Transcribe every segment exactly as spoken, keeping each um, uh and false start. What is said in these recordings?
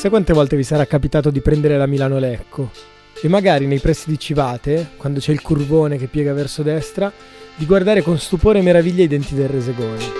Chissà quante volte vi sarà capitato di prendere la Milano-Lecco e magari nei pressi di Civate, quando c'è il curvone che piega verso destra, di guardare con stupore e meraviglia i denti del Resegone.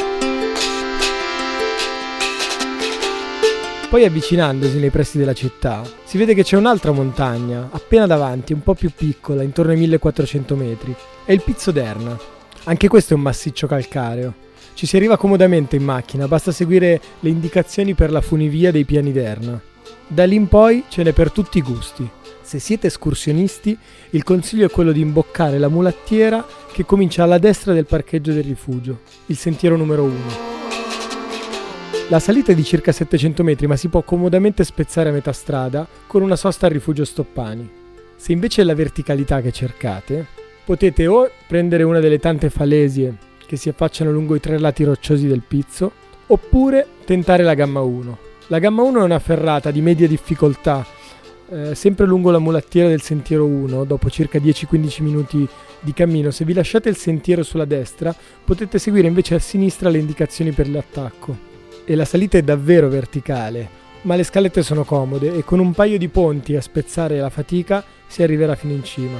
Poi avvicinandosi nei pressi della città, si vede che c'è un'altra montagna, appena davanti, un po' più piccola, intorno ai millequattrocento metri. È il Pizzo d'Erna. Anche questo è un massiccio calcareo. Ci si arriva comodamente in macchina, basta seguire le indicazioni per la funivia dei Piani d'Erna. Da lì in poi ce n'è per tutti i gusti. Se siete escursionisti, il consiglio è quello di imboccare la mulattiera che comincia alla destra del parcheggio del rifugio, il sentiero numero uno. La salita è di circa settecento metri, ma si può comodamente spezzare a metà strada con una sosta al rifugio Stoppani. Se invece è la verticalità che cercate, potete o prendere una delle tante falesie che si affacciano lungo i tre lati rocciosi del Pizzo, oppure tentare la gamma uno. La gamma uno è una ferrata di media difficoltà, eh, sempre lungo la mulattiera del sentiero uno, dopo circa dieci quindici minuti di cammino. Se vi lasciate il sentiero sulla destra, potete seguire invece a sinistra le indicazioni per l'attacco. E la salita è davvero verticale, ma le scalette sono comode e con un paio di ponti a spezzare la fatica si arriverà fino in cima.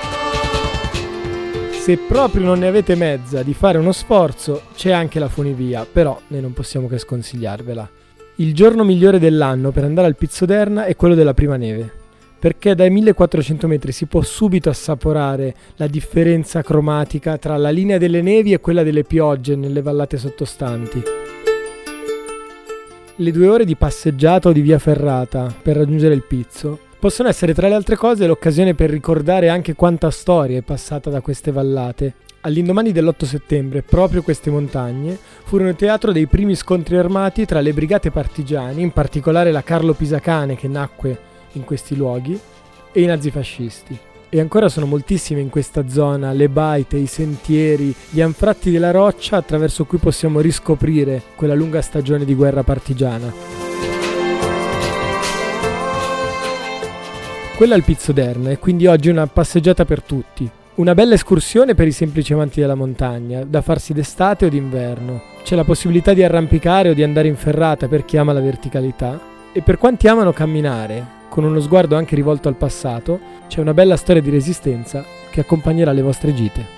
Se proprio non ne avete mezza di fare uno sforzo, c'è anche la funivia, però noi non possiamo che sconsigliarvela. Il giorno migliore dell'anno per andare al Pizzo d'Erna è quello della prima neve, perché dai millequattrocento metri si può subito assaporare la differenza cromatica tra la linea delle nevi e quella delle piogge nelle vallate sottostanti. Le due ore di passeggiata o di via ferrata per raggiungere il Pizzo possono essere, tra le altre cose, l'occasione per ricordare anche quanta storia è passata da queste vallate. All'indomani dell'otto settembre, proprio queste montagne furono teatro dei primi scontri armati tra le brigate partigiane, in particolare la Carlo Pisacane che nacque in questi luoghi, e i nazifascisti. E ancora sono moltissime in questa zona le baite, i sentieri, gli anfratti della roccia attraverso cui possiamo riscoprire quella lunga stagione di guerra partigiana. Quella al Pizzo d'Erna è quindi oggi una passeggiata per tutti, una bella escursione per i semplici amanti della montagna, da farsi d'estate o d'inverno. C'è la possibilità di arrampicare o di andare in ferrata per chi ama la verticalità, e per quanti amano camminare, con uno sguardo anche rivolto al passato, c'è una bella storia di resistenza che accompagnerà le vostre gite.